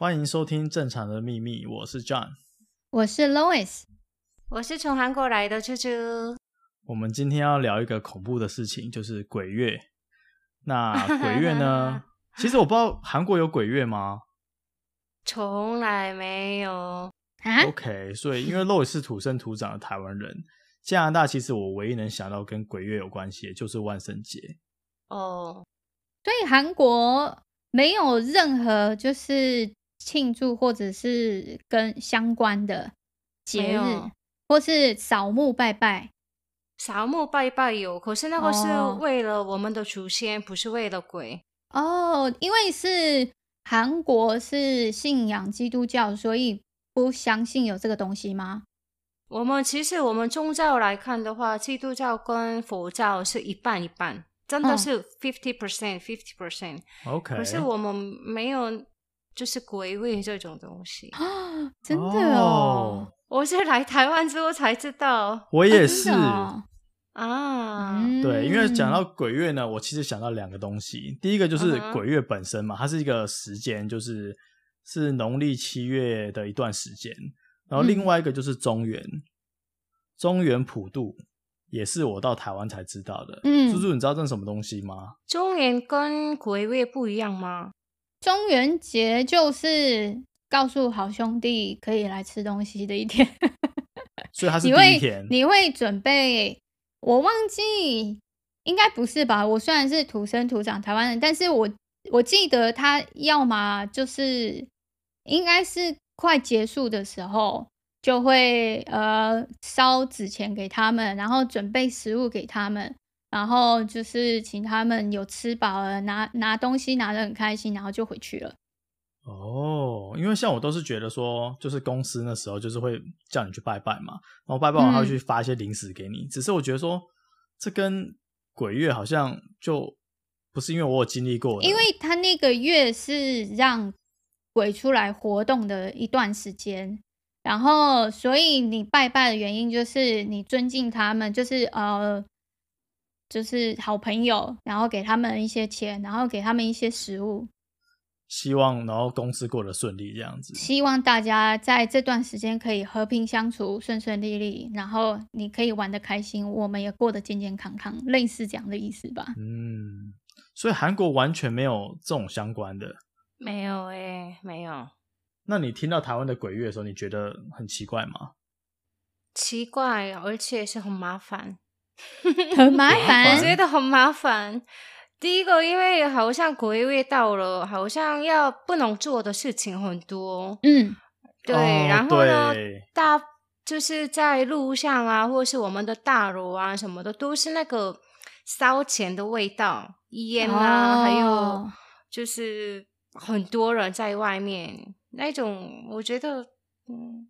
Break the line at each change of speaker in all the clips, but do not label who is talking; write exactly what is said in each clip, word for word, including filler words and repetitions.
欢迎收听正常的秘密，我是 John，
我是 Lois，
我是从韩国来的啾啾。
我们今天要聊一个恐怖的事情，就是鬼月。那鬼月呢其实我不知道韩国有鬼月吗？
从来没有。
OK， 所以因为 Lois 是土生土长的台湾人，加拿大其实我唯一能想到跟鬼月有关系的就是万圣节。
哦，
所以韩国没有任何就是庆祝或者是跟相关的节日，或是扫墓拜拜。
扫墓拜拜有，可是那个是为了我们的祖先，哦，不是为了鬼。
哦，因为是韩国是信仰基督教，所以不相信有这个东西吗？
我们其实我们宗教来看的话，基督教跟佛教是一半一半，真的是 fifty percent fifty percent。OK， 可是我们没有就是鬼月这种东西。
哦，真的哦，
我是来台湾之后才知道。
我也是
啊，
啊
嗯，
对，因为讲到鬼月呢，我其实想到两个东西。第一个就是鬼月本身嘛，它是一个时间，就是是农历七月的一段时间。然后另外一个就是中元，嗯、中元普渡也是我到台湾才知道的。嗯，猪猪，你知道这是什么东西吗？
中元跟鬼月不一样吗？
中元节就是告诉好兄弟可以来吃东西的一天。
所以它是第一天。
你会，你会准备，我忘记，应该不是吧？我虽然是土生土长台湾人，但是我我记得他要么就是应该是快结束的时候就会呃烧纸钱给他们，然后准备食物给他们，然后就是请他们有吃饱了，拿拿东西拿得很开心，然后就回去了。
哦，因为像我都是觉得说，就是公司那时候就是会叫你去拜拜嘛，然后拜拜完他会去发一些零食给你。嗯、只是我觉得说，这跟鬼月好像就不是因为我有经历过的，
因为他那个月是让鬼出来活动的一段时间，然后所以你拜拜的原因就是你尊敬他们，就是呃，就是好朋友，然后给他们一些钱，然后给他们一些食物。
希望然后公司过得顺利这样子，
希望大家在这段时间可以和平相处，顺顺利利，然后你可以玩得开心，我们也过得健健康康，类似这样的意思吧。
嗯，所以韩国完全没有这种相关的。
没有耶、欸、没有。
那你听到台湾的鬼月的时候，你觉得很奇怪吗？
奇怪，而且是很麻烦。
很麻烦
我觉得很麻烦。第一个，因为好像鬼月到了，好像要不能做的事情很多。
嗯，
对，
哦、
然后呢，大就是在路上啊，或是我们的大楼啊什么的，都是那个烧钱的味道，烟啊，哦、还有就是很多人在外面那种，我觉得，嗯，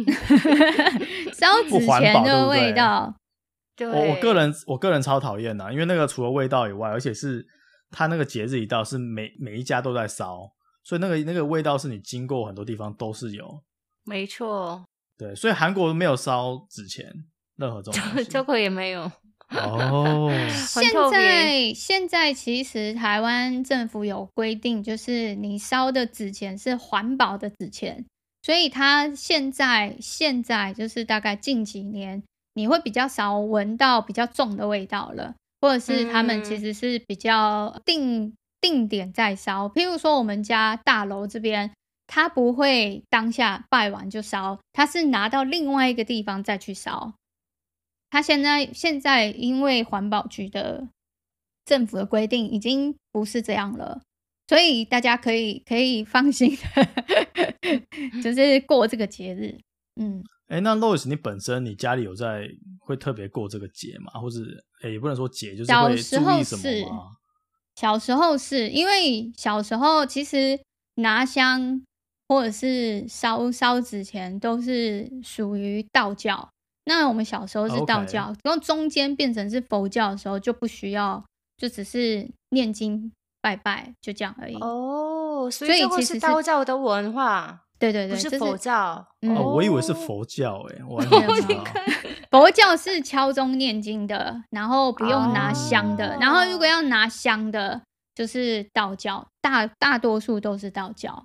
烧纸钱的味道。
对，
我我个人我个人超讨厌的，因为那个除了味道以外，而且是它那个节日一到，是每每一家都在烧，所以那个那个味道是你经过很多地方都是有。
没错。
对，所以韩国没有烧纸钱，任何这种东西。
这个也没有。
哦，
现在现在其实台湾政府有规定，就是你烧的纸钱是环保的纸钱，所以它现在现在就是大概近几年。你会比较少闻到比较重的味道了，或者是他们其实是比较定定点在烧。譬如说我们家大楼这边，他不会当下拜完就烧，他是拿到另外一个地方再去烧。他现在现在因为环保局的政府的规定已经不是这样了，所以大家可以可以放心的就是过这个节日。嗯。
哎，那 Lois 你本身你家里有在会特别过这个节吗？或是哎也不能说节，就是会注意什么吗？
小时候是因为小时候其实拿香或者是烧烧纸钱都是属于道教，那我们小时候是道教，然后、okay. 中间变成是佛教的时候就不需要，就只是念经拜拜就这样而已。
哦，所以这个是道教的文化。
对对对，
不是佛教、
嗯、
哦，我以为是佛教哎、欸，我还没有
佛教是敲钟念经的，然后不用拿香的，哦、然后如果要拿香的，就是道教，大大多数都是道教。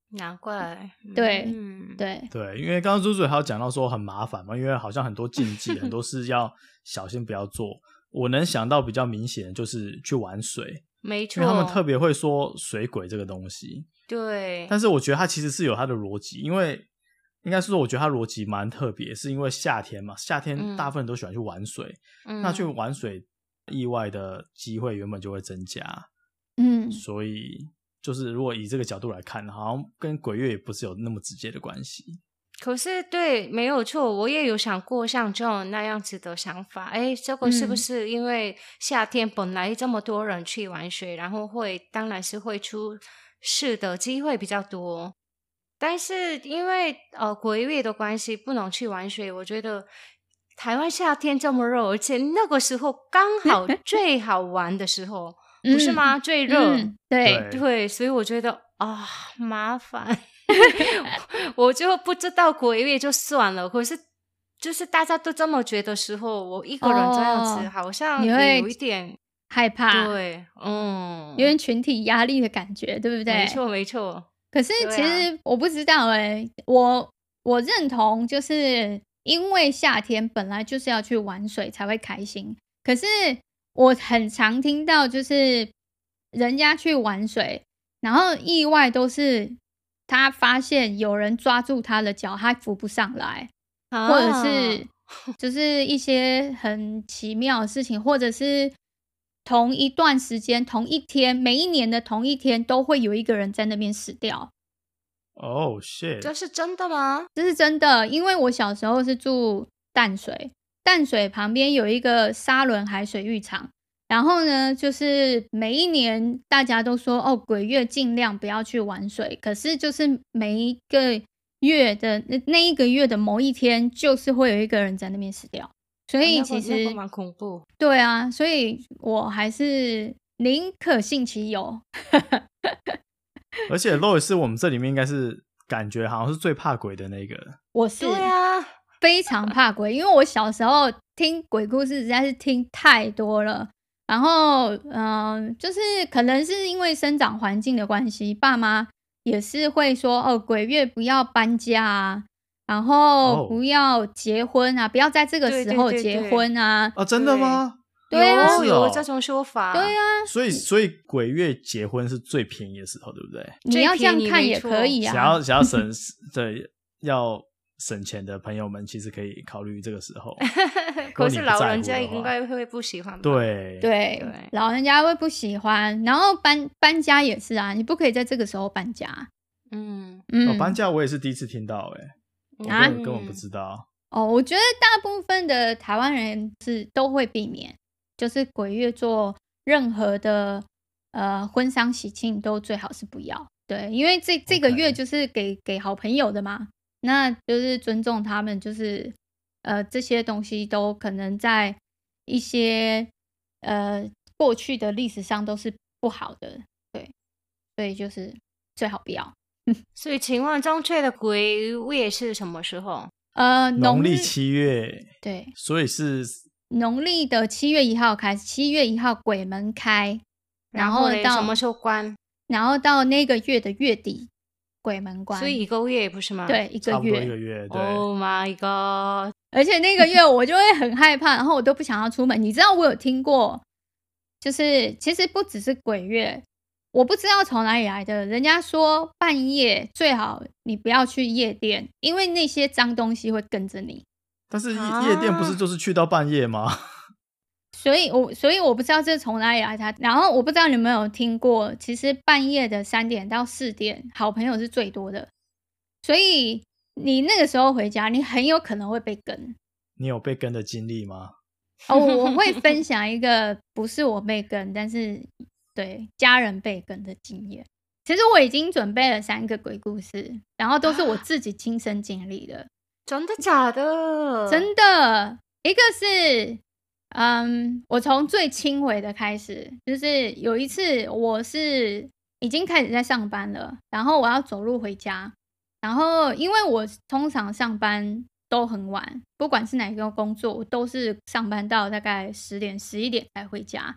难怪。
对、
嗯、
对
对，因为刚刚猪猪还有讲到说很麻烦嘛，因为好像很多禁忌很多事要小心不要做。我能想到比较明显的就是去玩水，
没错，
因为他们特别会说水鬼这个东西。
对，
但是我觉得它其实是有它的逻辑，因为应该是说我觉得它逻辑蛮特别，是因为夏天嘛，夏天大部分人都喜欢去玩水、嗯、那去玩水意外的机会原本就会增加，
嗯，
所以就是如果以这个角度来看，好像跟鬼月也不是有那么直接的关系。
可是对，没有错，我也有想过像这种那样子的想法，诶这个是不是因为夏天本来这么多人去玩水、嗯、然后会当然是会出事的机会比较多，但是因为呃鬼月的关系不能去玩水，我觉得台湾夏天这么热，而且那个时候刚好最好玩的时候不是吗、嗯、最热、
嗯、对
对，所以我觉得啊、哦、麻烦我就不知道鬼月就算了，可是就是大家都这么觉得的时候，我一个人这样子、哦、好像也有一点
害怕，
对，嗯，
有点群体压力的感觉，对不对？
没错没错。
可是其实我不知道哎、欸啊，我我认同，就是因为夏天本来就是要去玩水才会开心，可是我很常听到就是人家去玩水，然后意外都是他发现有人抓住他的脚，他扶不上来、啊、或者是就是一些很奇妙的事情，或者是同一段时间同一天每一年的同一天都会有一个人在那边死掉。
哦、oh, shit，
这是真的吗？
这是真的，因为我小时候是住淡水，淡水旁边有一个沙仑海水浴场，然后呢就是每一年大家都说哦鬼月尽量不要去玩水，可是就是每一个月的那一个月的某一天就是会有一个人在那边死掉，所以其实、
啊、那个蛮恐怖。
对啊，所以我还是宁可信其有
而且 Lois 是我们这里面应该是感觉好像是最怕鬼的那个。
我是，
对啊，
非常怕鬼，因为我小时候听鬼故事实在是听太多了，然后嗯、呃，就是可能是因为生长环境的关系，爸妈也是会说哦鬼月不要搬家啊，然后不要结婚啊、哦、不要在这个时候结婚啊。
对对对对啊，真的吗？
对啊，
有有这种说法。
对啊，
所以所以鬼月结婚是最便宜的时候，对不对？
你要这样看也可以啊。
想要想要省对要省钱的朋友们，其实可以考虑这个时候。
可是老人家应该会不喜欢吧？
对
对, 对，老人家会不喜欢。然后搬搬家也是啊，你不可以在这个时候搬家。
嗯
嗯、
哦，搬家我也是第一次听到、欸，哎、啊，我根本不知道。
哦，我觉得大部分的台湾人是都会避免。就是鬼月做任何的呃婚丧喜庆都最好是不要，对，因为这这个月就是给、okay. 给好朋友的嘛，那就是尊重他们，就是呃这些东西都可能在一些呃过去的历史上都是不好的，对，所以就是最好不要。
所以请问正确的鬼月是什么时候？
呃，
农历七月，
对，
所以是。
农历的七月一号开始，七月一号鬼门开，然后到
什么时候关？
然后到那个月的月底，鬼门关。
所以一个月不是吗？
对，一个月，
差不多一个月。对
Oh my god！
而且那个月我就会很害怕，然后我都不想要出门。你知道我有听过，就是其实不只是鬼月，我不知道从哪里来的，人家说半夜最好你不要去夜店，因为那些脏东西会跟着你。
但是夜店不是就是去到半夜吗？啊、
所以我所以我不知道这是从哪里来的。然后我不知道你们有听过，其实半夜的三点到四点，好朋友是最多的。所以你那个时候回家，你很有可能会被跟。
你有被跟的经历吗？
哦，我会分享一个不是我被跟，但是对家人被跟的经验。其实我已经准备了三个鬼故事，然后都是我自己亲身经历的。
真的假的？
真的，一个是，嗯，我从最轻微的开始，就是有一次我是已经开始在上班了，然后我要走路回家，然后因为我通常上班都很晚，不管是哪一个工作，我都是上班到大概十点、十一点才回家。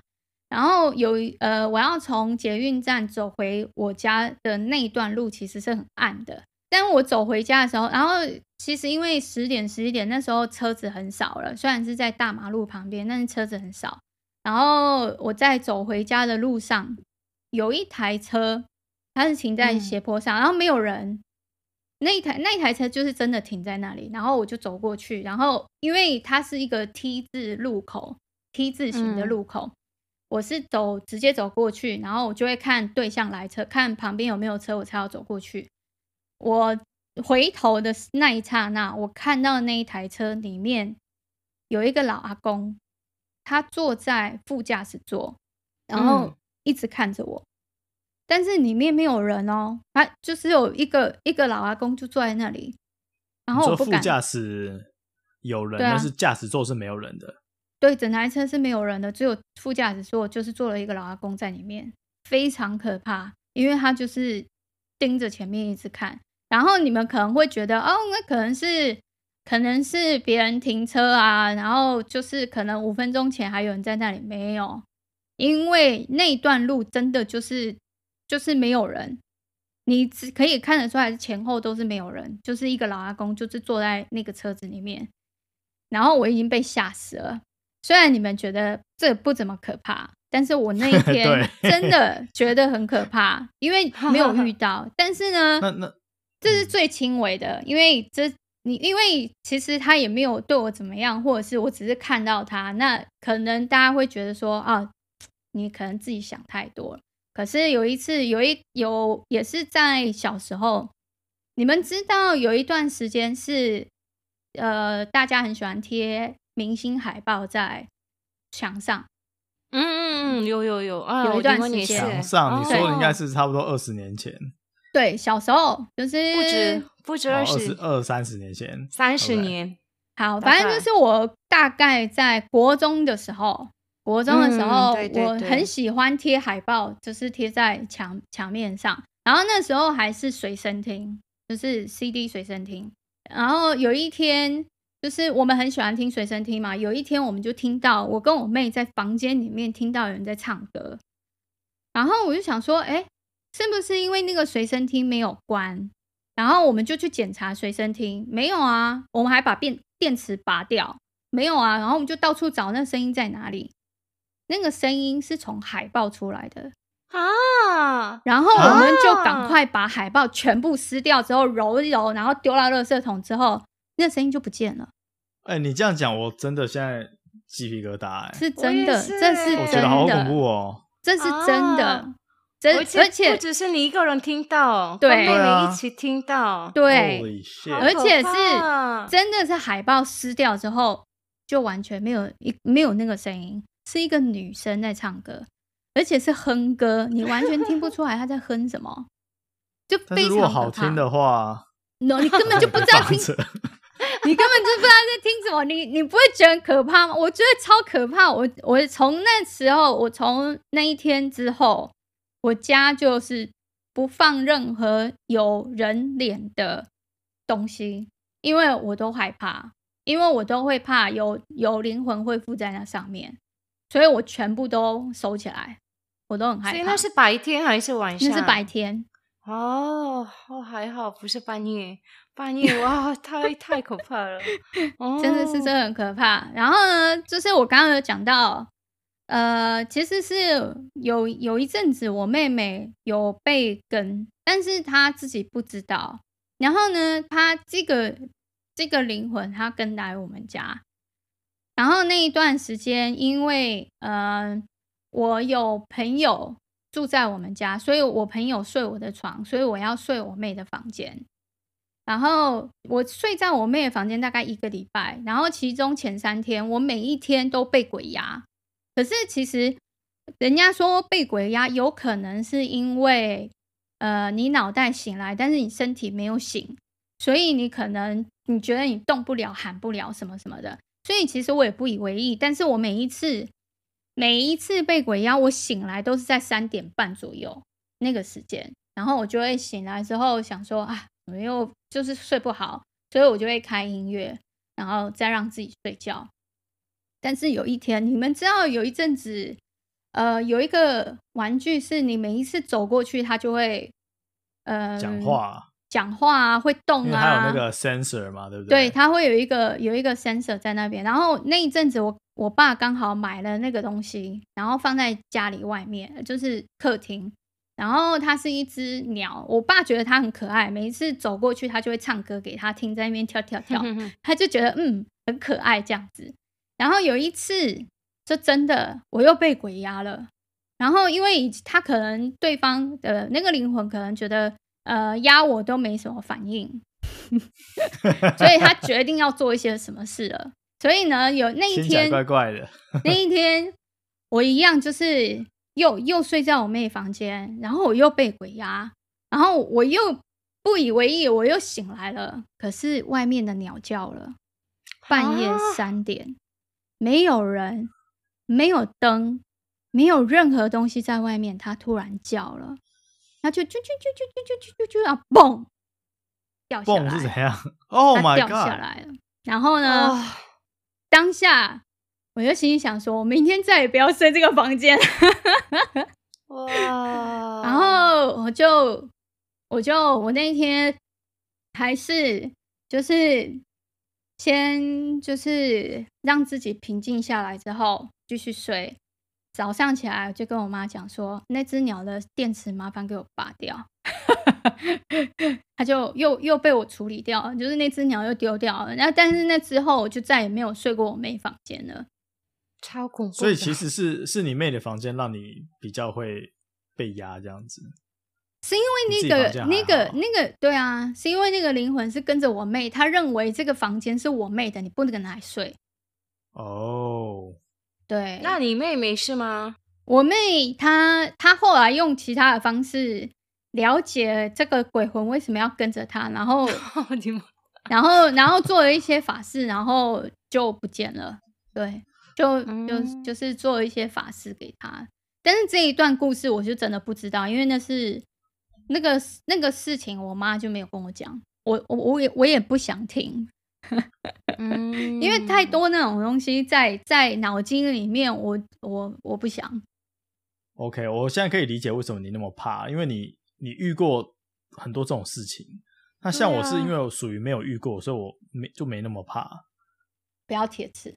然后有呃，我要从捷运站走回我家的那一段路其实是很暗的，但我走回家的时候，然后其实因为十点十一点那时候车子很少了，虽然是在大马路旁边，但是车子很少。然后我在走回家的路上，有一台车，它是停在斜坡上，嗯、然后没有人。那一台那一台车就是真的停在那里，然后我就走过去，然后因为它是一个 T 字路口 ，T 字形的路口，嗯、我是走直接走过去，然后我就会看对向来车，看旁边有没有车，我才要走过去。我回头的那一刹那，我看到那一台车里面有一个老阿公，他坐在副驾驶座，然后一直看着我。嗯，但是里面没有人哦，他就是有一个一个老阿公就坐在那里，然后我不敢。
你说副驾驶有人，啊、但是驾驶座是没有人的。
对，整台车是没有人的，只有副驾驶座就是坐了一个老阿公在里面，非常可怕，因为他就是盯着前面一直看。然后你们可能会觉得，哦，那可能是可能是别人停车啊，然后就是可能五分钟前还有人在那里，没有，因为那段路真的就是。就是没有人，你只可以看得出来前后都是没有人，就是一个老阿公就是坐在那个车子里面，然后我已经被吓死了。虽然你们觉得这不怎么可怕，但是我那一天真的觉得很可怕，因为没有遇到。但是呢，
那那
这是最轻微的，因为这你因为其实他也没有对我怎么样，或者是我只是看到他，那可能大家会觉得说啊，你可能自己想太多了。可是有一次，有一有也是在小时候，你们知道有一段时间是，呃，大家很喜欢贴明星海报在墙上。
嗯嗯嗯，有有有啊，
有一段时间
墙上，你说的应该是差不多二十年前。
对，小时候就是
不止不止二十
二三十年前，
三十年。
好，反正就是我大概在国中的时候。国中的时候、嗯、对对对，我很喜欢贴海报，就是贴在墙墙面上。然后那时候还是随身听，就是 C D 随身听。然后有一天，就是我们很喜欢听随身听嘛。有一天，我们就听到我跟我妹在房间里面听到有人在唱歌。然后我就想说，哎，是不是因为那个随身听没有关？然后我们就去检查随身听，没有啊。我们还把电电池拔掉，没有啊。然后我们就到处找那声音在哪里。那个声音是从海报出来的啊，然后我们就赶快把海报全部撕掉之后揉一揉，然后丢到垃圾桶之后，那声音就不见了。
哎、欸，你这样讲，我真的现在鸡皮疙瘩、欸，哎，
是真的，
是
这是真的，
我觉得好恐怖哦，
这是真的，啊、真
而且不只是你一个人听到，
对，
跟妹妹一起听到，
对，而且是
啊、
真的是海报撕掉之后，就完全没有一没有那个声音。是一个女生在唱歌，而且是哼歌，你完全听不出来她在哼什么，就非常可怕。但是
如果好听的话
，no， 你根本就不知道听，你根本就不知道在听什么，你你不会觉得很可怕吗？我觉得超可怕。我我从那时候，我从那一天之后，我家就是不放任何有人脸的东西，因为我都害怕，因为我都会怕有有灵魂会附在那上面。所以我全部都收起来，我都很害怕。
所以那是白天还是晚上？
那是白天。
哦，哦，还好不是半夜，半夜哇，太太可怕了，
哦、真的是真的很可怕。然后呢，就是我刚刚有讲到，呃，其实是有有一阵子我妹妹有被跟，但是她自己不知道。然后呢，她这个这个灵魂，她跟来我们家。然后那一段时间，因为呃，我有朋友住在我们家，所以我朋友睡我的床，所以我要睡我妹的房间。然后我睡在我妹的房间大概一个礼拜，然后其中前三天，我每一天都被鬼压。可是其实人家说被鬼压，有可能是因为呃你脑袋醒来，但是你身体没有醒，所以你可能你觉得你动不了、喊不了什么什么的。所以其实我也不以为意，但是我每一次每一次被鬼压，我醒来都是在三点半左右那个时间，然后我就会醒来之后想说啊，我又就是睡不好，所以我就会开音乐，然后再让自己睡觉。但是有一天，你们知道有一阵子呃有一个玩具是你每一次走过去它就会呃
讲话
讲话啊，会动啊，
因为它有那个 sensor 嘛，对不
对？
对，
它会有一个有一个 sensor 在那边。然后那一阵子我我爸刚好买了那个东西，然后放在家里外面，就是客厅。然后它是一只鸟，我爸觉得它很可爱，每一次走过去他就会唱歌给他听，在那边跳跳跳他就觉得嗯很可爱这样子。然后有一次就真的我又被鬼压了，然后因为他可能对方的那个灵魂可能觉得呃压我都没什么反应所以他决定要做一些什么事了。所以呢有那一天
怪怪的
那一天我一样就是又又睡在我妹房间，然后我又被鬼压，然后我又不以为意，我又醒来了。可是外面的鸟叫了，半夜三点、啊、没有人，没有灯，没有任何东西在外面，它突然叫了，它就啾啾啾啾啾啾啾啾啊，嘣掉下来。
嘣是怎样 ？Oh my god！
掉下来了。然后呢，哦、当下。我就心里想说，我明天再也不要睡这个房间哇！然后我就我就我那一天还是就是先就是让自己平静下来之后继续睡。早上起来就跟我妈讲说，那只鸟的电池麻烦给我拔掉它就又又被我处理掉了，就是那只鸟又丢掉了。然后但是那之后我就再也没有睡过我妹房间了。
超恐怖的。
所以其实是是你妹的房间让你比较会被压这样子，
是因为那个那个那个对啊，是因为那个灵魂是跟着我妹，她认为这个房间是我妹的，你不能跟她睡。
哦，
对。
那你妹没事吗？
我妹她她后来用其他的方式了解这个鬼魂为什么要跟着她，然后然后然后做了一些法事，然后就不见了。对。就就就是做了一些法事给他，但是这一段故事我就真的不知道，因为那是那个那个事情，我妈就没有跟我讲，我我我也我也不想听，因为太多那种东西在在脑筋里面，我我我不想。
OK， 我现在可以理解为什么你那么怕，因为你你遇过很多这种事情。那像我是因为我属于没有遇过，所以我没就没那么怕。
不要铁齿。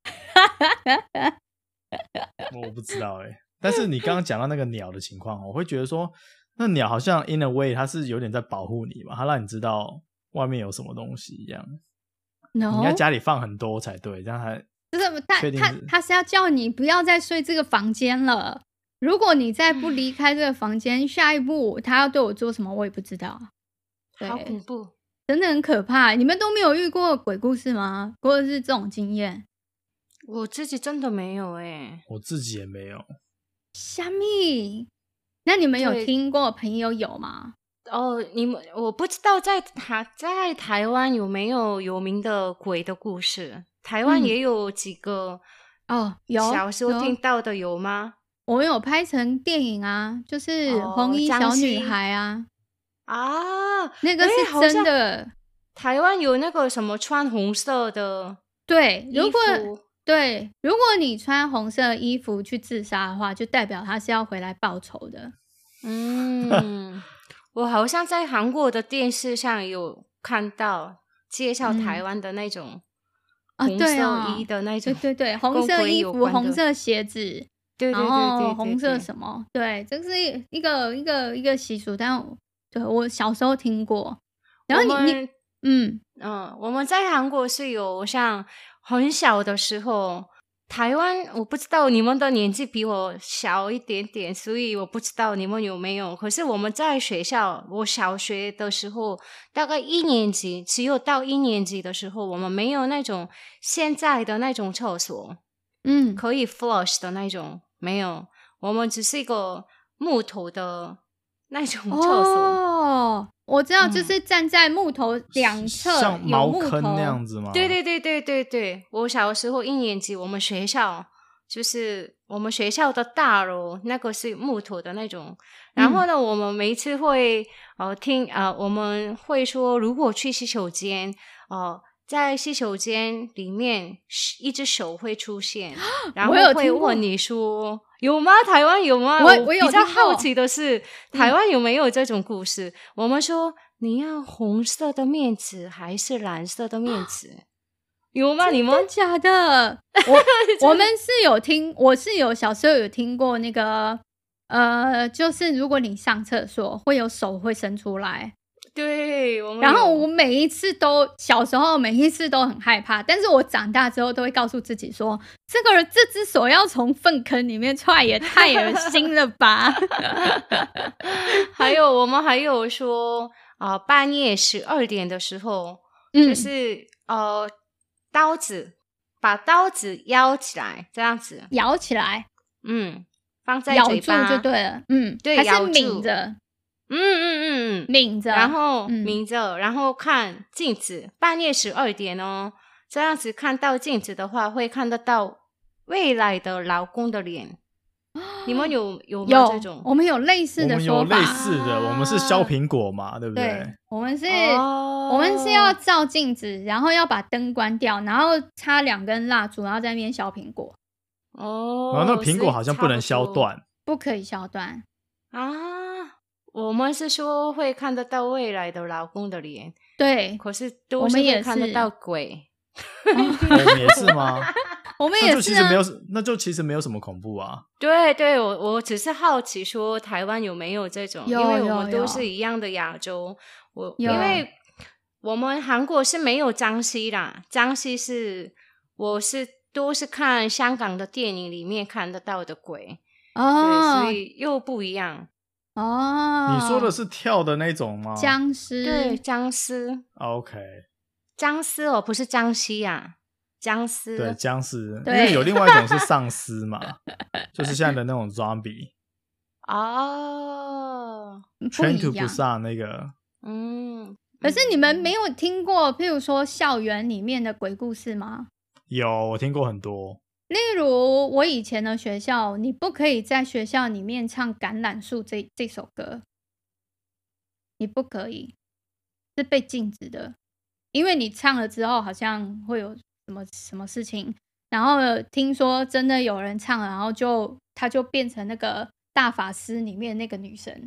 我不知道哎、欸，但是你刚刚讲到那个鸟的情况，我会觉得说，那鸟好像 in a way 它是有点在保护你嘛，它让你知道外面有什么东西一样。
No?
你应该家里放很多才对，这样才
就是他他他是要叫你不要再睡这个房间了。如果你再不离开这个房间，下一步他要对我做什么，我也不知道。
好恐怖，
真的很可怕。你们都没有遇过鬼故事吗？或者是这种经验？
我自己真的没有哎、欸，
我自己也没有。
虾米？那你们有听过朋友有吗？
哦，你们我不知道在台在台湾有没有有名的鬼的故事？台湾也有几个、
嗯、哦，有
小时候听到的有吗？
我们有拍成电影啊，就是红衣小女孩啊。
哦、啊，
那个是真的。
台湾有那个什么穿红色的
对，
衣服。
如果对，如果你穿红色衣服去自杀的话，就代表他是要回来报仇的。
嗯，我好像在韩国的电视上有看到介绍台湾的那种红色衣的那种、
嗯哦、对对对，红色衣服、红色鞋子，
对对对对对对，
然后红色什么，对，这是一个一个一个习俗，但对我小时候听过。然后你你嗯
嗯，我们在韩国是有像很小的时候，台湾我不知道你们的年纪比我小一点点，所以我不知道你们有没有。可是我们在学校，我小学的时候，大概一年级，只有到一年级的时候，我们没有那种现在的那种厕所，
嗯，
可以 flush 的那种，没有，我们只是一个木头的那种厕所。
哦，我知道，就是站在木头两侧、嗯、
像茅坑那样子吗？
对对对对对对，我小时候一年级，我们学校就是我们学校的大楼，那个是木头的那种。然后呢，嗯、我们每一次会呃听呃，我们会说，如果去洗手间呃在洗手间里面一只手会出现，然后会问你说有吗？台湾有吗？
我我有
比较好奇的是台湾有没有这种故事、嗯、我们说你要红色的面纸还是蓝色的面纸有吗？你们
真的假的？我我们是有听，我是有小时候有听过那个呃，就是如果你上厕所会有手会伸出来，
对，我们
然后我每一次都小时候每一次都很害怕，但是我长大之后都会告诉自己说，这个人这只手要从粪坑里面出来也太恶心了吧。
还有我们还有说啊、呃，半夜十二点的时候、嗯、就是呃刀子把刀子摇起来，这样子
摇起来，
嗯，放在嘴巴
咬住就对了，嗯，
对，
还是抿着，
嗯嗯嗯，
抿着，
然后抿着、嗯，然后看镜子，半夜十二点哦，这样子看到镜子的话，会看得到未来的老公的脸。你们有有吗？这种
我们有类似的说法，
我们有类似的，我们是削苹果嘛，对不对？
对，我们是、哦，我们是要照镜子，然后要把灯关掉，然后插两根蜡烛，然后在那边削苹果。
哦，
然后那个苹果好像不能削断，
不可以削断
啊。我们是说会看得到未来的老公的脸，
对，
可是都是会看得到鬼。
我们也是吗？
我们也是、啊、
那就其实没有，那就其实没有什么恐怖啊。
对对，我我只是好奇说台湾有没有这种，
有
因为我们都是一样的亚洲。我
因
为我们韩国是没有张西啦，张西是我是都是看香港的电影里面看得到的鬼
哦，
对，所以又不一样
哦。
你说的是跳的那种吗？
僵尸，
对，僵尸。
OK，
僵尸哦，不是张西啊。僵尸
对僵尸，因为有另外一种是丧尸嘛，就是现在的那种 zombie
哦
Train to Busan 那个。
嗯，
可是你们没有听过譬如说校园里面的鬼故事吗？
有，我听过很多。
例如我以前的学校，你不可以在学校里面唱橄榄树这这首歌，你不可以，是被禁止的，因为你唱了之后好像会有什么什么事情，然后听说真的有人唱了，然后就他就变成那个大法师里面那个女神，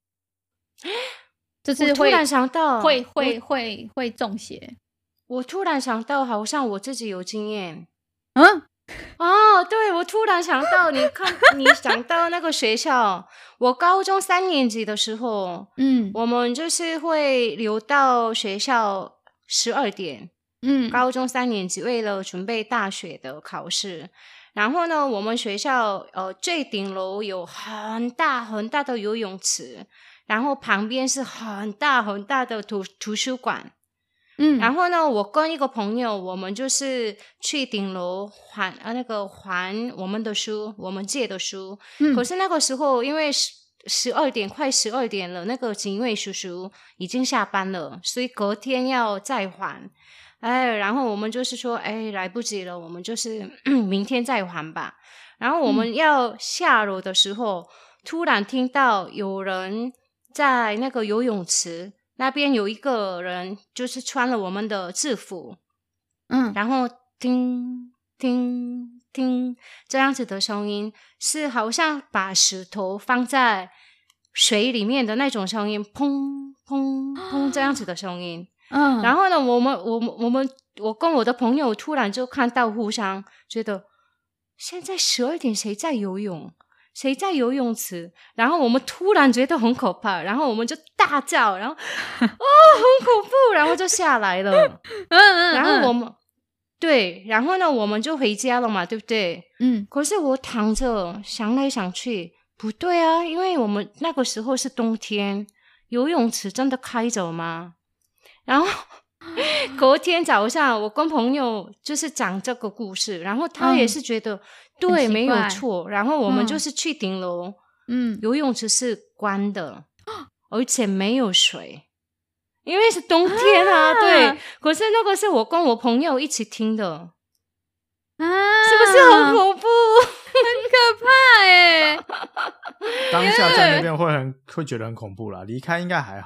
就是会
突然想到
会会会会中邪。
我突然想到，好像我自己有经验。
嗯，
哦，对，我突然想到，你看，你想到那个学校，我高中三年级的时候，
嗯，
我们就是会留到学校十二点。
嗯，
高中三年级为了准备大学的考试，然后呢，我们学校呃最顶楼有很大很大的游泳池，然后旁边是很大很大的图图书馆，
嗯，
然后呢，我跟一个朋友，我们就是去顶楼还呃那个还我们的书，我们借的书，嗯，可是那个时候因为十十二点快十二点了，那个警卫叔叔已经下班了，所以隔天要再还。哎，然后我们就是说，哎，来不及了，我们就是明天再还吧。然后我们要下楼的时候，嗯，突然听到有人在那个游泳池那边有一个人，就是穿了我们的制服，
嗯，
然后叮叮叮这样子的声音，是好像把石头放在水里面的那种声音，砰砰砰这样子的声音。嗯，然后呢，我们我们我们我跟我的朋友突然就看到，互相觉得现在十二点谁在游泳，谁在游泳池，然后我们突然觉得很可怕，然后我们就大叫，然后哦很恐怖，然后就下来了。嗯嗯，然后我们对，然后呢我们就回家了嘛，对不对？嗯，可是我躺着想来想去，不对啊，因为我们那个时候是冬天，游泳池真的开着吗？然后隔天早上我跟朋友就是讲这个故事，然后他也是觉得、嗯、对没有错，然后我们就是去顶楼，嗯，游泳池是关的，而且没有水，因为是冬天啊，啊对，可是那个是我跟我朋友一起听的啊，是不是很恐怖？
很可怕耶
当下在那边会很会觉得很恐怖啦，离开应该还好。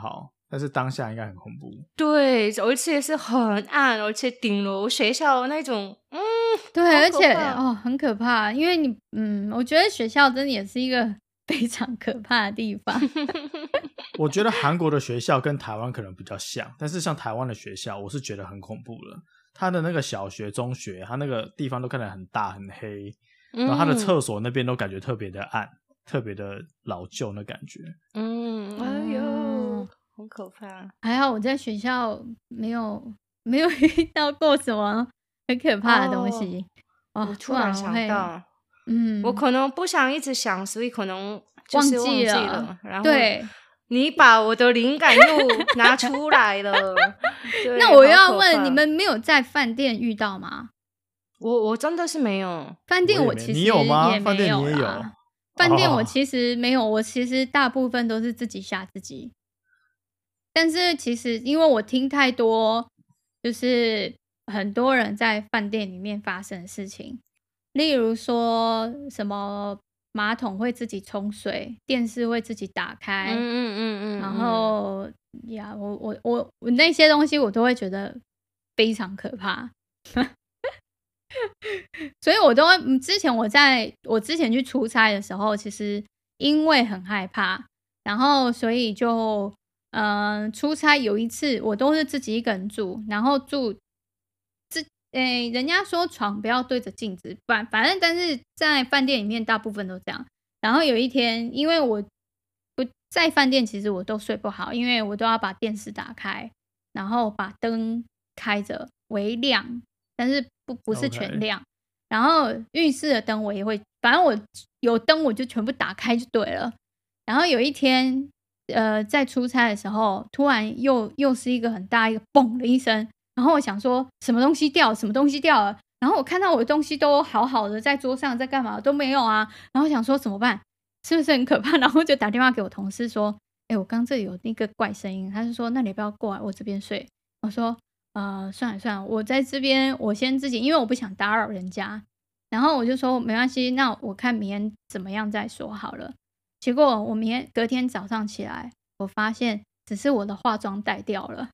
但是当下应该很恐怖。
对，而且是很暗，而且顶楼学校那种，嗯，
对，而且哦很可怕，因为你嗯，我觉得学校真的也是一个非常可怕的地方。
我觉得韩国的学校跟台湾可能比较像，但是像台湾的学校我是觉得很恐怖了。他的那个小学中学，他那个地方都看起来很大很黑，然后他的厕所那边都感觉特别的暗，特别的老旧那感觉。
嗯，哎呦，很可怕。
还好我在学校没有没有遇到过什么很可怕的东西。
哦，我突然想到，
嗯，
我可能不想一直想，所以可能就是忘记了。
忘记了
然后
对，
你把我的灵感又拿出来了。
那我要问，你们没有在饭店遇到吗？
我我真的是没有。
饭店我其实
你有吗？
也
饭店
没
你也有。
饭店我其实没有，我其实大部分都是自己吓自己。但是其实因为我听太多，就是很多人在饭店里面发生的事情，例如说什么马桶会自己冲水，电视会自己打开，
嗯嗯嗯嗯，
然后呀，我我我我那些东西我都会觉得非常可怕。所以我都之前我在我之前去出差的时候，其实因为很害怕，然后所以就嗯、呃、出差有一次我都是自己一个人住，然后住自诶、人家说床不要对着镜子，反反正但是在饭店里面大部分都这样。然后有一天，因为我不在饭店，其实我都睡不好，因为我都要把电视打开，然后把灯开着微亮，但是不不是全亮。Okay. 然后浴室的灯我也会，反正我有灯我就全部打开就对了。然后有一天，呃，在出差的时候，突然又又是一个很大一个嘣的一声，然后我想说什么东西掉，什么东西掉了。然后我看到我的东西都好好的在桌上，在干嘛都没有啊。然后想说怎么办，是不是很可怕？然后就打电话给我同事说，哎，我刚这里有那个怪声音。他就说，那你不要过来我这边睡。我说。呃，算了算了，我在这边，我先自己，因为我不想打扰人家。然后我就说没关系，那我看明天怎么样再说好了。结果我明天隔天早上起来，我发现只是我的化妆袋掉了，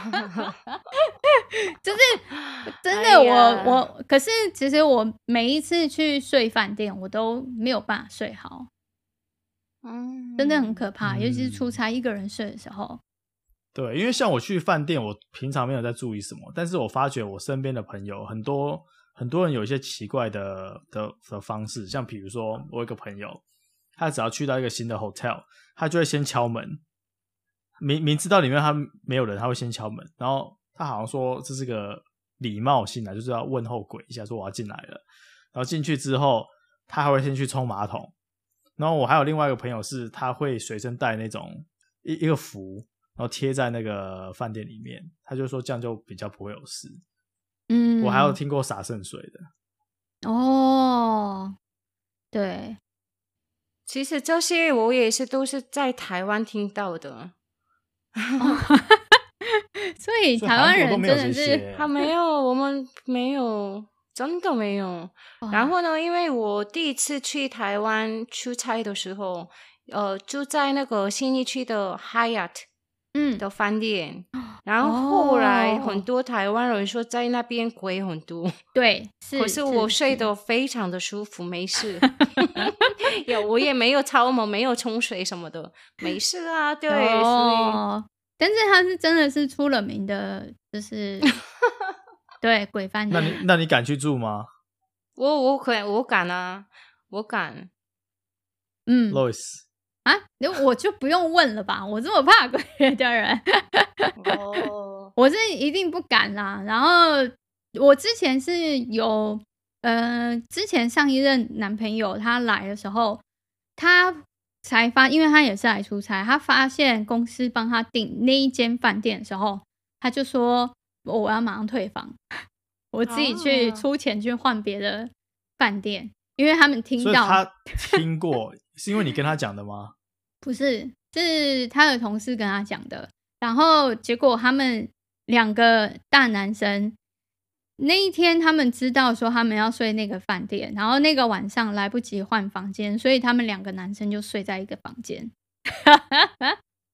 就是真的我，我、哎、我，可是其实我每一次去睡饭店，我都没有办法睡好，嗯，真的很可怕，嗯、尤其是出差一个人睡的时候。
对，因为像我去饭店，我平常没有在注意什么，但是我发觉我身边的朋友很多很多人有一些奇怪的的的方式，像比如说我有一个朋友，他只要去到一个新的 hotel， 他就会先敲门，明明知道里面他没有人，他会先敲门，然后他好像说这是个礼貌性的，就是要问候鬼一下，说我要进来了，然后进去之后，他还会先去冲马桶，然后我还有另外一个朋友是，他会随身带那种一一个符。然后贴在那个饭店里面，他就说这样就比较不会有事。嗯，我还有听过洒圣水的。
哦，对，
其实这些我也是都是在台湾听到的。
哦、所以台湾人真的是
他没有，我们没有，真的没有。然后呢，因为我第一次去台湾出差的时候，呃，住在那个信义区的 Hyatt。嗯的饭店，然后后来很多台湾人说在那边鬼很多，
对，是，
可是我睡得非常的舒服，没事。有我也没有敲门，没有冲水什么的，没事啊。对，哦、所以
但是他是真的是出了名的，就是对鬼饭店。
那你那你敢去住吗？
我我可我敢啊，我敢。
嗯
，Lois。
啊，我就不用问了吧，我这么怕鬼的人，哦，我是一定不敢啦。然后我之前是有，呃，之前上一任男朋友他来的时候，他才发，因为他也是来出差，他发现公司帮他订那一间饭店的时候，他就说我要马上退房，我自己去出钱去换别的饭店，因为他们听到，所以
他听过，是因为你跟他讲的吗？
不是，是他的同事跟他讲的。然后结果他们两个大男生那一天，他们知道说他们要睡那个饭店，然后那个晚上来不及换房间，所以他们两个男生就睡在一个房间。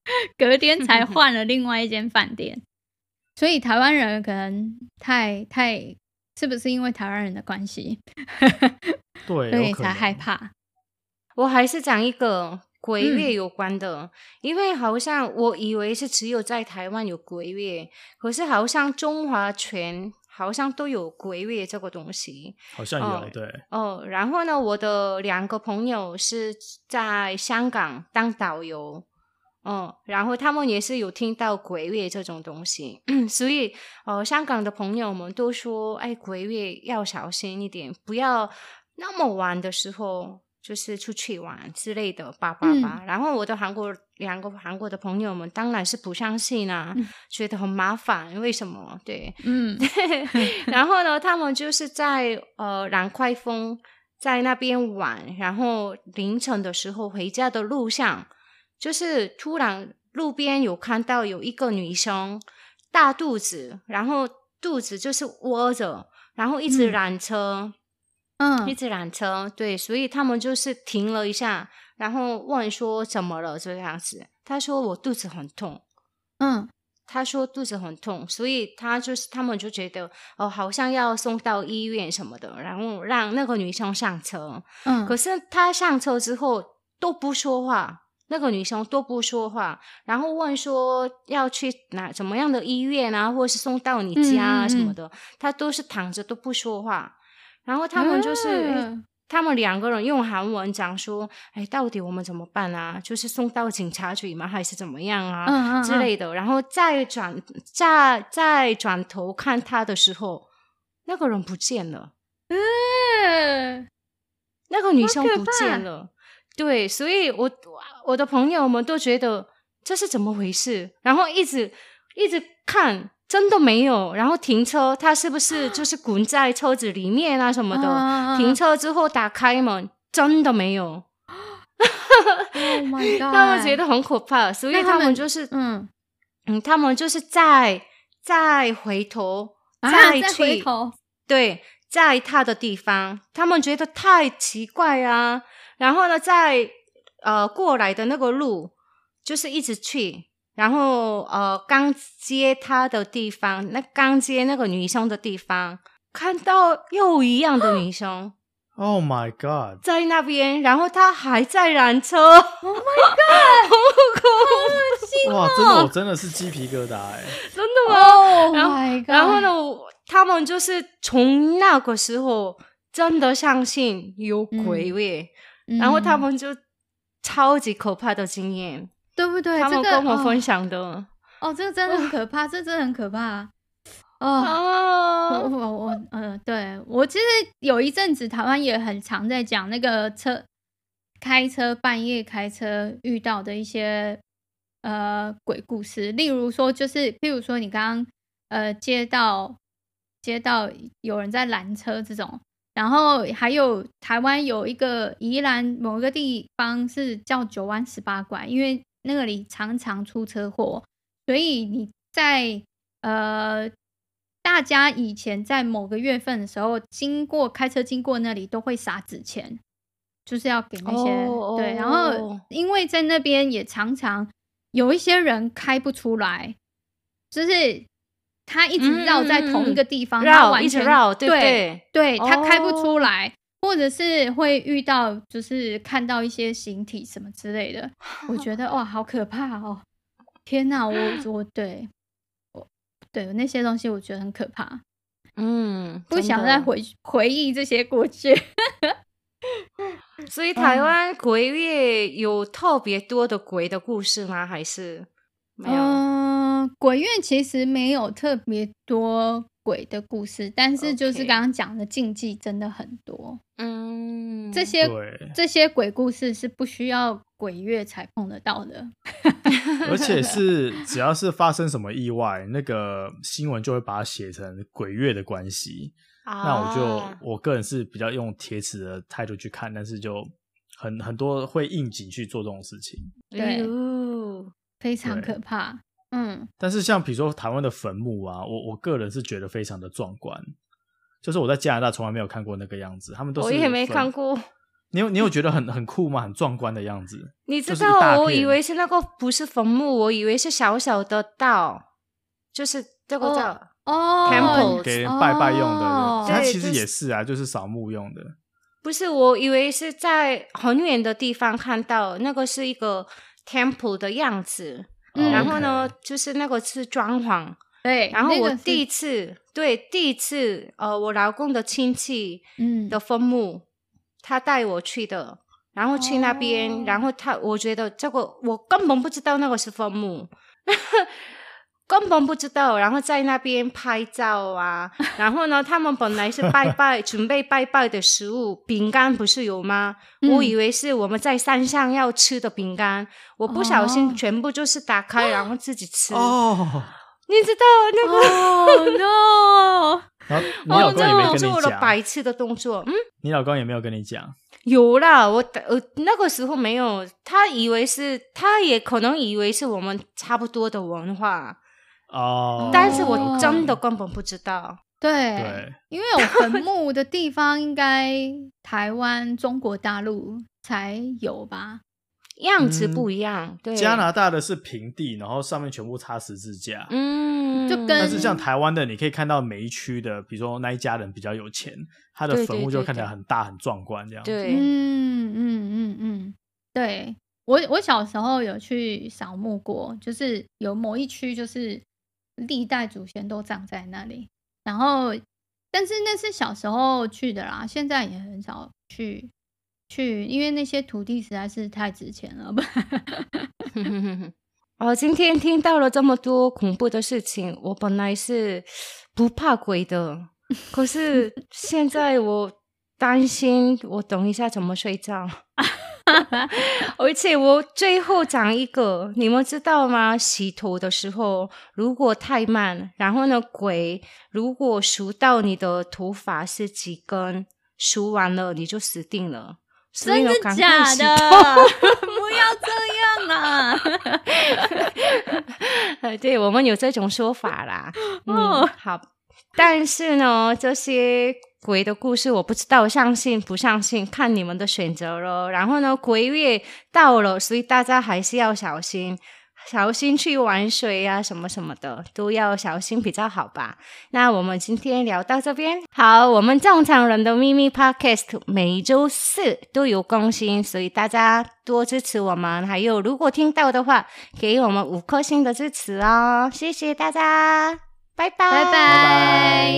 隔天才换了另外一间饭店。所以台湾人可能太太是不是因为台湾人的关系
对，
所以才害怕。
我还是讲一个鬼月有关的、嗯、因为好像我以为是只有在台湾有鬼月，可是好像中华全好像都有鬼月这个东西，
好像有、哦、对
哦。然后呢，我的两个朋友是在香港当导游，嗯，然后他们也是有听到鬼月这种东西，所以呃，香港的朋友们都说，哎，鬼月要小心一点，不要那么晚的时候就是出去玩之类的，叭叭叭。然后我的韩国两个韩国的朋友们当然是不相信啊，嗯、觉得很麻烦，为什么？对，嗯，然后呢，他们就是在呃兰快峰在那边玩，然后凌晨的时候回家的路上。就是突然路边有看到有一个女生大肚子，然后肚子就是窝着，然后一直拦车，嗯，一直拦车，对，所以他们就是停了一下，然后问说怎么了这样子，他说我肚子很痛，嗯，他说肚子很痛，所以他就是他们就觉得哦，好像要送到医院什么的，然后让那个女生上车，嗯，可是他上车之后都不说话。那个女生都不说话，然后问说要去哪怎么样的医院啊，或是送到你家啊什么的，她、嗯嗯、都是躺着都不说话。然后他们就是、嗯、他们两个人用韩文讲说，哎，到底我们怎么办啊？就是送到警察局吗？还是怎么样啊？嗯嗯嗯之类的。然后再转再再转头看他的时候，那个人不见了，嗯，那个女生不见了。对，所以我我的朋友们都觉得这是怎么回事，然后一直一直看，真的没有，然后停车，他是不是就是滚在车子里面啊什么的？啊、停车之后打开门，真的没有。
Oh my god！
他们觉得很可怕，所以他们就是嗯嗯，他们就是再再回头，
啊、
再去
再回头，
对，在他的地方，他们觉得太奇怪啊。然后呢，在呃过来的那个路，就是一直去，然后呃刚接他的地方，那刚接那个女生的地方，看到又一样的女生
，Oh my god，
在那边，然后他还在拦车 ，Oh
my god，
好恶
心哦！
哇，真的，我真的是鸡皮疙瘩哎，
真的吗
？Oh my god！
然后呢，他们就是从那个时候真的相信有鬼月。嗯然后他们就超级可怕的经验，
对不对？
他们跟我分享的。
哦，哦这个真的很可怕，这真的很可怕。哦，哦我我呃，对我其实有一阵子台湾也很常在讲那个车开车半夜开车遇到的一些呃鬼故事，例如说就是，譬如说你刚刚呃接到接到有人在拦车这种。然后还有台湾有一个宜兰某一个地方是叫九弯十八拐，因为那个里常常出车祸，所以你在呃大家以前在某个月份的时候经过开车经过那里都会撒纸钱，就是要给那些、oh, 对，然后因为在那边也常常有一些人开不出来，就是他一直绕在同一个地方，
嗯、
他完全
一直绕，对不
对？对，
哦、
他开不出来，或者是会遇到，就是看到一些形体什么之类的。我觉得哇，好可怕哦！天哪，我我对我对那些东西，我觉得很可怕。嗯，不想再回回忆这些过去。
所以台湾鬼月有特别多的鬼的故事吗？还是没有？
嗯，鬼月其实没有特别多鬼的故事，但是就是刚刚讲的禁忌真的很多。嗯，这些这些鬼故事是不需要鬼月才碰得到的，
而且是只要是发生什么意外，那个新闻就会把它写成鬼月的关系。啊、那我就我个人是比较用铁齿的态度去看，但是就很很多会应景去做这种事情，
对，非常可怕。嗯，
但是像比如说台湾的坟墓啊，我我个人是觉得非常的壮观，就是我在加拿大从来没有看过那个样子，他们都是
我也没看过，
你有你有觉得很很酷吗？很壮观的样子？
你知
就是一大
道，
片
我以为是那个不是坟墓，我以为是小小的道，就是这个叫
哦
temple
给人拜拜用的，
哦
它其实
对就是
也是啊，就是扫墓用的。
不是，我以为是在很远的地方看到那个是一个 temple 的样子，
嗯
然后呢
OK
就是那个是装潢，
对，
然后
那个是
我第一次对第一次呃我老公的亲戚
嗯
的坟墓，他带我去的，然后去那边，
哦
然后他我觉得这个我根本不知道那个是坟墓。根本不知道，然后在那边拍照啊，然后呢，他们本来是拜拜，准备拜拜的食物，饼干不是有吗？
嗯
我以为是我们在山上要吃的饼干，我不小心
哦
全部就是打开，然后自己吃。
哦，
你知道那个？
哦 no
然后你老公也没跟
是我的
你讲，
白痴的动作。嗯，
你老公也没有跟你讲。
有啦，我呃那个时候没有，他以为是，他也可能以为是我们差不多的文化。
哦，
但是我真的根本不知道。
对，
对
因为有坟墓的地方，应该台湾、中国大陆才有吧？
样子不一样，对。
加拿大的是平地，然后上面全部插十字架。
嗯，
就跟
但是像台湾的，你可以看到每一区的，比如说那一家人比较有钱，他的
对
坟墓
对对
就看起来很大很壮观这样子。
对，
嗯嗯嗯嗯，对我我小时候有去扫墓过，就是有某一区就是历代祖先都葬在那里，然后但是那是小时候去的啦，现在也很少去去，因为那些土地实在是太值钱了吧。
哦，今天听到了这么多恐怖的事情，我本来是不怕鬼的，可是现在我担心我等一下怎么睡觉。而且我最后讲一个，你们知道吗？洗头的时候如果太慢，然后呢鬼如果数到你的头发是几根，数完了你就死定了。所以
真的
呢赶快
假
洗
的？
头
不要这样啦！
呃，对，我们有这种说法啦。嗯，
哦
好。但是呢，这些鬼的故事我不知道相信不相信，看你们的选择了。然后呢，鬼月到了，所以大家还是要小心，小心去玩水啊，什么什么的都要小心比较好吧。那我们今天聊到这边，好，我们正常人的秘密 Podcast 每周四都有更新，所以大家多支持我们。还有，如果听到的话，给我们五颗星的支持哦，谢谢大家，拜拜，
拜拜。